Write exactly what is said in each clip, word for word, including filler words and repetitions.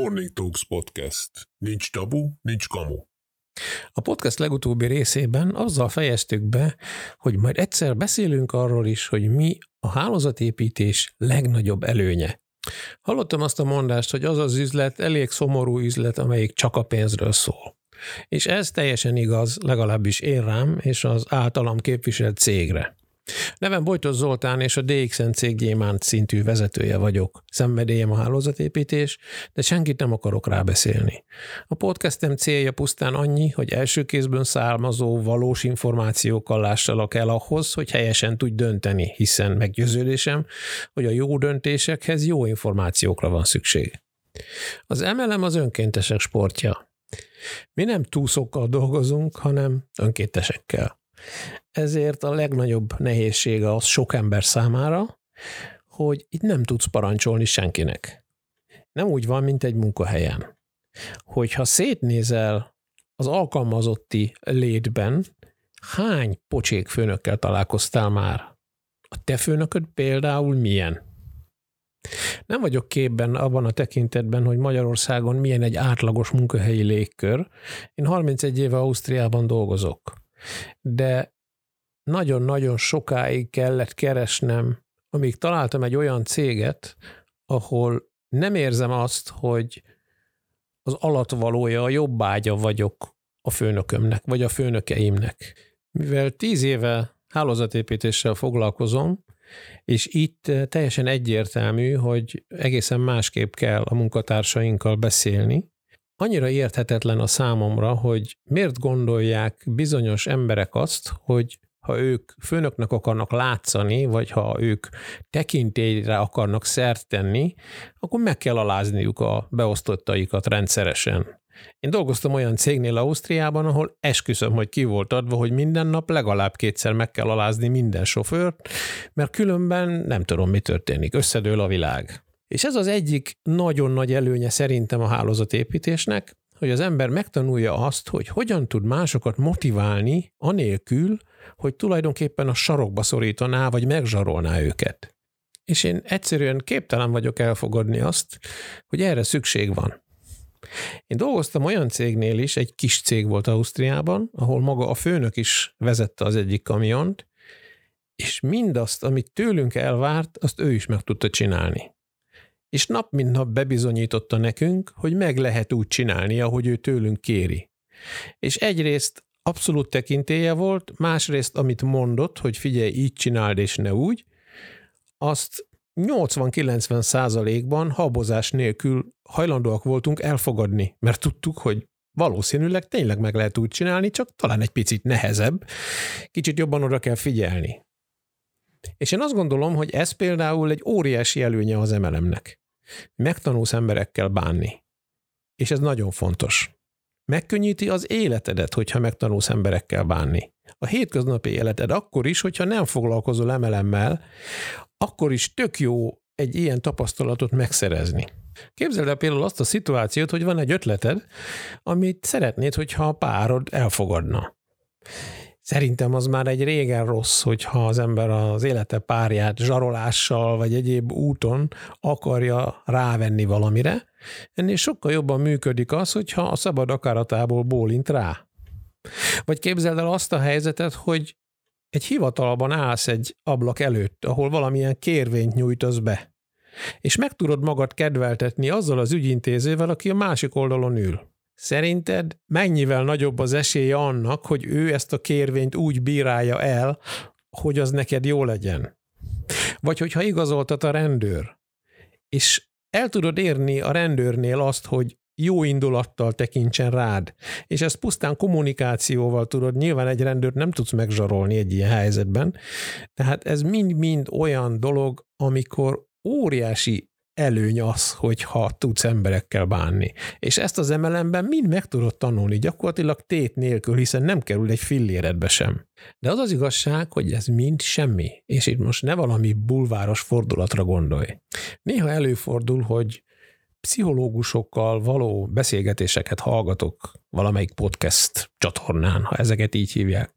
Morning Talks Podcast. Nincs tabu, nincs kamu. A podcast legutóbbi részében azzal fejeztük be, hogy majd egyszer beszélünk arról is, hogy mi a hálózatépítés legnagyobb előnye. Hallottam azt a mondást, hogy az az üzlet elég szomorú üzlet, amelyik csak a pénzről szól. És ez teljesen igaz, legalábbis én rám és az általam képviselt cégre. Nevem Bojtos Zoltán, és a dé iksz en cég gyémánt szintű vezetője vagyok. Szenvedélyem a hálózatépítés, de senkit nem akarok rábeszélni. A podcastem célja pusztán annyi, hogy első kézből származó valós információkkal lássalak el ahhoz, hogy helyesen tudj dönteni, hiszen meggyőződésem, hogy a jó döntésekhez jó információkra van szükség. Az em el em az önkéntesek sportja. Mi nem túszokkal dolgozunk, hanem önkéntesekkel. Ezért a legnagyobb nehézsége az sok ember számára, hogy itt nem tudsz parancsolni senkinek. Nem úgy van, mint egy munkahelyen. Hogyha szétnézel az alkalmazotti létben, hány pocsék főnökkel találkoztál már? A te főnököd például milyen? Nem vagyok képben abban a tekintetben, hogy Magyarországon milyen egy átlagos munkahelyi légkör. Én harmincegy éve Ausztriában dolgozok. De nagyon-nagyon sokáig kellett keresnem, amíg találtam egy olyan céget, ahol nem érzem azt, hogy az alatvalója, a jobbágya vagyok a főnökömnek, vagy a főnökeimnek. Mivel tíz éve hálózatépítéssel foglalkozom, és itt teljesen egyértelmű, hogy egészen másképp kell a munkatársainkkal beszélni. Annyira érthetetlen a számomra, hogy miért gondolják bizonyos emberek azt, hogy ha ők főnöknek akarnak látszani, vagy ha ők tekintélyre akarnak szert tenni, akkor meg kell alázniuk a beosztottaikat rendszeresen. Én dolgoztam olyan cégnél Ausztriában, ahol esküszöm, hogy ki volt adva, hogy minden nap legalább kétszer meg kell alázni minden sofőrt, mert különben nem tudom, mi történik, összedől a világ. És ez az egyik nagyon nagy előnye szerintem a hálózatépítésnek, hogy az ember megtanulja azt, hogy hogyan tud másokat motiválni anélkül, hogy tulajdonképpen a sarokba szorítaná, vagy megzsarolná őket. És én egyszerűen képtelen vagyok elfogadni azt, hogy erre szükség van. Én dolgoztam olyan cégnél is, egy kis cég volt Ausztriában, ahol maga a főnök is vezette az egyik kamiont, és mindazt, amit tőlünk elvárt, azt ő is meg tudta csinálni. És nap mint nap bebizonyította nekünk, hogy meg lehet úgy csinálni, ahogy ő tőlünk kéri. És egyrészt abszolút tekintélye volt, másrészt, amit mondott, hogy figyelj, így csináld és ne úgy, azt nyolcvan-kilencven százalékban habozás nélkül hajlandóak voltunk elfogadni, mert tudtuk, hogy valószínűleg tényleg meg lehet úgy csinálni, csak talán egy picit nehezebb, kicsit jobban oda kell figyelni. És én azt gondolom, hogy ez például egy óriási előnye az em el em-nek. Megtanulsz emberekkel bánni. És ez nagyon fontos. Megkönnyíti az életedet, hogyha megtanulsz emberekkel bánni. A hétköznapi életed akkor is, hogyha nem foglalkozol em el em-mel, akkor is tök jó egy ilyen tapasztalatot megszerezni. Képzeld el például azt a szituációt, hogy van egy ötleted, amit szeretnéd, hogyha a párod elfogadna. Szerintem az már egy régen rossz, hogyha az ember az élete párját zsarolással vagy egyéb úton akarja rávenni valamire. Ennél sokkal jobban működik az, hogyha a szabad akaratából bólint rá. Vagy képzeld el azt a helyzetet, hogy egy hivatalban állsz egy ablak előtt, ahol valamilyen kérvényt nyújtasz be, és meg tudod magad kedveltetni azzal az ügyintézővel, aki a másik oldalon ül. Szerinted mennyivel nagyobb az esélye annak, hogy ő ezt a kérvényt úgy bírálja el, hogy az neked jó legyen? Vagy hogyha igazoltat a rendőr, és el tudod érni a rendőrnél azt, hogy jó indulattal tekintsen rád, és ezt pusztán kommunikációval tudod, nyilván egy rendőrt nem tudsz megzsarolni egy ilyen helyzetben, tehát ez mind-mind olyan dolog, amikor óriási előny az, hogyha tudsz emberekkel bánni. És ezt az em el em-ben mind meg tudod tanulni, gyakorlatilag tét nélkül, hiszen nem kerül egy filléredbe sem. De az az igazság, hogy ez mind semmi, és itt most ne valami bulváros fordulatra gondolj. Néha előfordul, hogy pszichológusokkal való beszélgetéseket hallgatok valamelyik podcast csatornán, ha ezeket így hívják.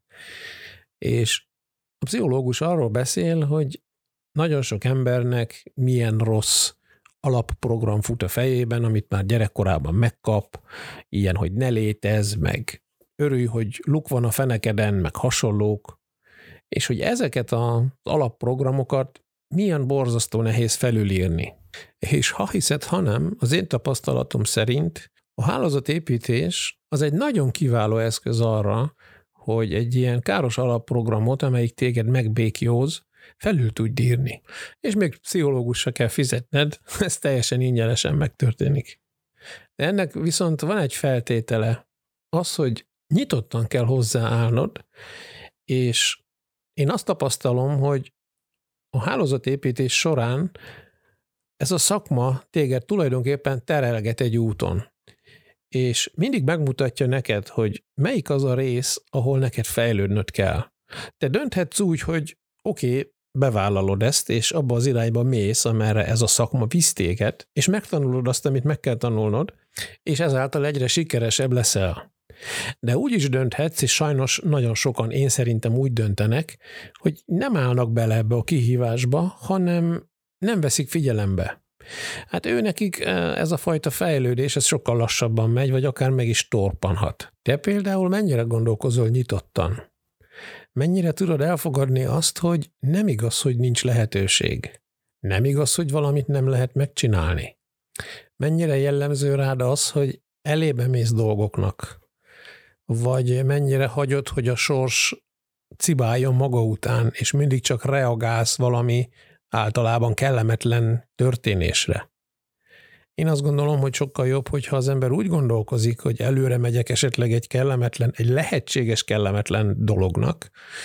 És a pszichológus arról beszél, hogy nagyon sok embernek milyen rossz alapprogram fut a fejében, amit már gyerekkorában megkap, ilyen, hogy ne létezz, meg örülj, hogy luk van a fenekeden, meg hasonlók, és hogy ezeket az alapprogramokat milyen borzasztó nehéz felülírni. És ha hiszed, ha nem, az én tapasztalatom szerint a hálózatépítés az egy nagyon kiváló eszköz arra, hogy egy ilyen káros alapprogramot, amelyik téged megbékjóz, felül tudj írni. És még pszichológusra kell fizetned, ez teljesen ingyenesen megtörténik. De ennek viszont van egy feltétele, az, hogy nyitottan kell hozzáállnod, és én azt tapasztalom, hogy a hálózatépítés során ez a szakma téged tulajdonképpen terelget egy úton, és mindig megmutatja neked, hogy melyik az a rész, ahol neked fejlődnöd kell. Te dönthetsz úgy, hogy oké, okay, bevállalod ezt, és abba az irányba mész, amerre ez a szakma visz téged, és megtanulod azt, amit meg kell tanulnod, és ezáltal egyre sikeresebb leszel. De úgy is dönthetsz, és sajnos nagyon sokan, én szerintem úgy döntenek, hogy nem állnak bele ebbe a kihívásba, hanem nem veszik figyelembe. Hát ő nekik ez a fajta fejlődés, ez sokkal lassabban megy, vagy akár meg is torpanhat. Te például mennyire gondolkozol nyitottan? Mennyire tudod elfogadni azt, hogy nem igaz, hogy nincs lehetőség? Nem igaz, hogy valamit nem lehet megcsinálni? Mennyire jellemző rád az, hogy elébe mész dolgoknak? Vagy mennyire hagyod, hogy a sors cibáljon maga után, és mindig csak reagálsz valami általában kellemetlen történésre? Én azt gondolom, hogy sokkal jobb, hogyha az ember úgy gondolkozik, hogy előre megyek esetleg egy kellemetlen, egy lehetséges kellemetlen dolognak,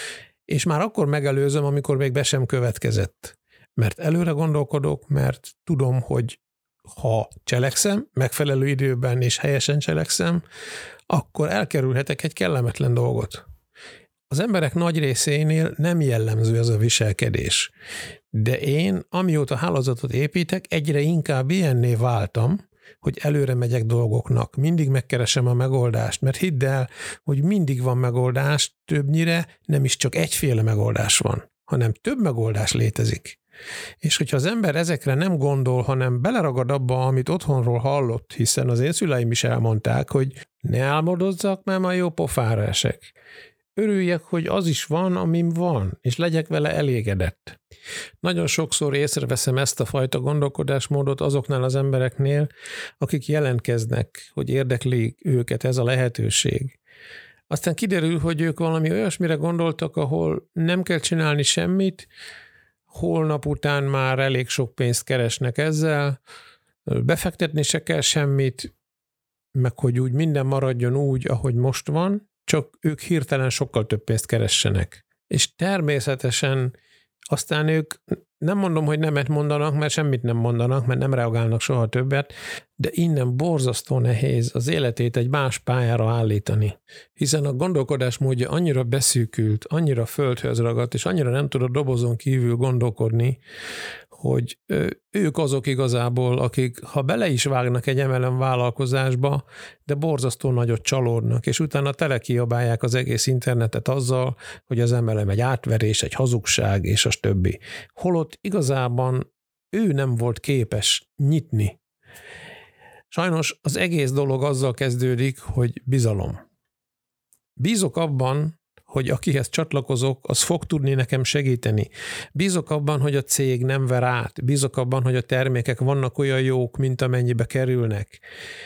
és már akkor megelőzöm, amikor még be sem következett. Mert előre gondolkodok, mert tudom, hogy ha cselekszem, megfelelő időben és helyesen cselekszem, akkor elkerülhetek egy kellemetlen dolgot. Az emberek nagy részénél nem jellemző ez a viselkedés. De én, amióta hálózatot építek, egyre inkább ilyenné váltam, hogy előre megyek dolgoknak. Mindig megkeresem a megoldást, mert hidd el, hogy mindig van megoldás, többnyire nem is csak egyféle megoldás van, hanem több megoldás létezik. És hogyha az ember ezekre nem gondol, hanem beleragad abba, amit otthonról hallott, hiszen az én szüleim is elmondták, hogy ne álmodozzak, mert már jó pofára esek. Örüljek, hogy az is van, amim van, és legyek vele elégedett. Nagyon sokszor észreveszem ezt a fajta gondolkodásmódot azoknál az embereknél, akik jelentkeznek, hogy érdekli őket ez a lehetőség. Aztán kiderül, hogy ők valami olyasmire gondoltak, ahol nem kell csinálni semmit, holnap után már elég sok pénzt keresnek ezzel, befektetni se kell semmit, meg hogy úgy minden maradjon úgy, ahogy most van, csak ők hirtelen sokkal több pénzt keressenek. És természetesen aztán ők, nem mondom, hogy nemet mondanak, mert semmit nem mondanak, mert nem reagálnak soha többet, de innen borzasztó nehéz az életét egy más pályára állítani. Hiszen a gondolkodásmódja annyira beszűkült, annyira földhöz ragadt, és annyira nem tud a dobozon kívül gondolkodni, hogy ők azok igazából, akik ha bele is vágnak egy em el em vállalkozásba, de borzasztó nagyot csalódnak, és utána telekiabálják az egész internetet azzal, hogy az em el em egy átverés, egy hazugság, és az többi. Holott igazában ő nem volt képes nyitni. Sajnos az egész dolog azzal kezdődik, hogy bizalom. Bízok abban, hogy akihez csatlakozok, az fog tudni nekem segíteni. Bízok abban, hogy a cég nem ver át. Bízok abban, hogy a termékek vannak olyan jók, mint amennyibe kerülnek.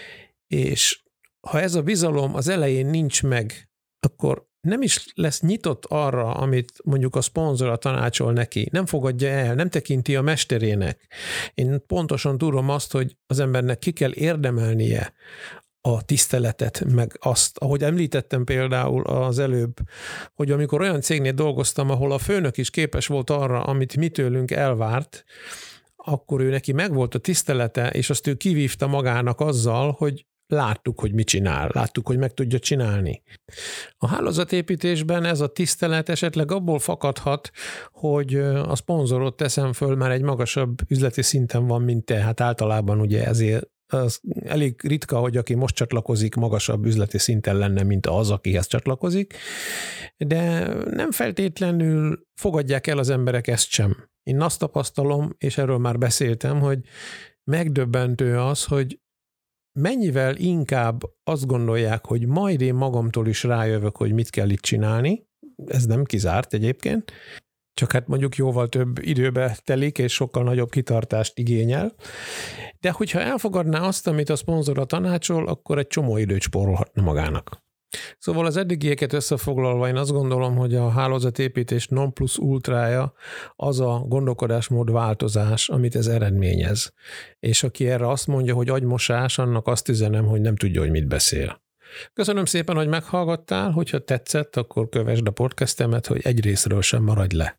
És ha ez a bizalom az elején nincs meg, akkor nem is lesz nyitott arra, amit mondjuk a szponzora tanácsol neki. Nem fogadja el, nem tekinti a mesterének. Én pontosan tudom azt, hogy az embernek ki kell érdemelnie a tiszteletet, meg azt, ahogy említettem például az előbb, hogy amikor olyan cégnél dolgoztam, ahol a főnök is képes volt arra, amit mi tőlünk elvárt, akkor ő neki megvolt a tisztelete, és azt ő kivívta magának azzal, hogy láttuk, hogy mit csinál, láttuk, hogy meg tudja csinálni. A hálózatépítésben ez a tisztelet esetleg abból fakadhat, hogy a szponzorot teszem föl, már egy magasabb üzleti szinten van, mint te, hát általában ugye ezért az elég ritka, hogy aki most csatlakozik, magasabb üzleti szinten lenne, mint az, akihez csatlakozik, de nem feltétlenül fogadják el az emberek ezt sem. Én azt tapasztalom, és erről már beszéltem, hogy megdöbbentő az, hogy mennyivel inkább azt gondolják, hogy majd én magamtól is rájövök, hogy mit kell itt csinálni, ez nem kizárt egyébként, csak hát mondjuk jóval több időbe telik, és sokkal nagyobb kitartást igényel. De hogyha elfogadná azt, amit a szponzora tanácsol, akkor egy csomó időt spórolhatna magának. Szóval az eddigieket összefoglalva én azt gondolom, hogy a hálózatépítés non plus ultrája az a gondolkodásmód változás, amit ez eredményez. És aki erre azt mondja, hogy agymosás, annak azt üzenem, hogy nem tudja, hogy mit beszél. Köszönöm szépen, hogy meghallgattál, hogyha tetszett, akkor kövesd a podcastemet, hogy egy részről sem maradj le.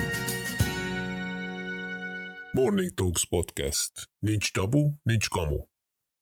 Morning Talks Podcast. Nincs tabu, nincs kamu.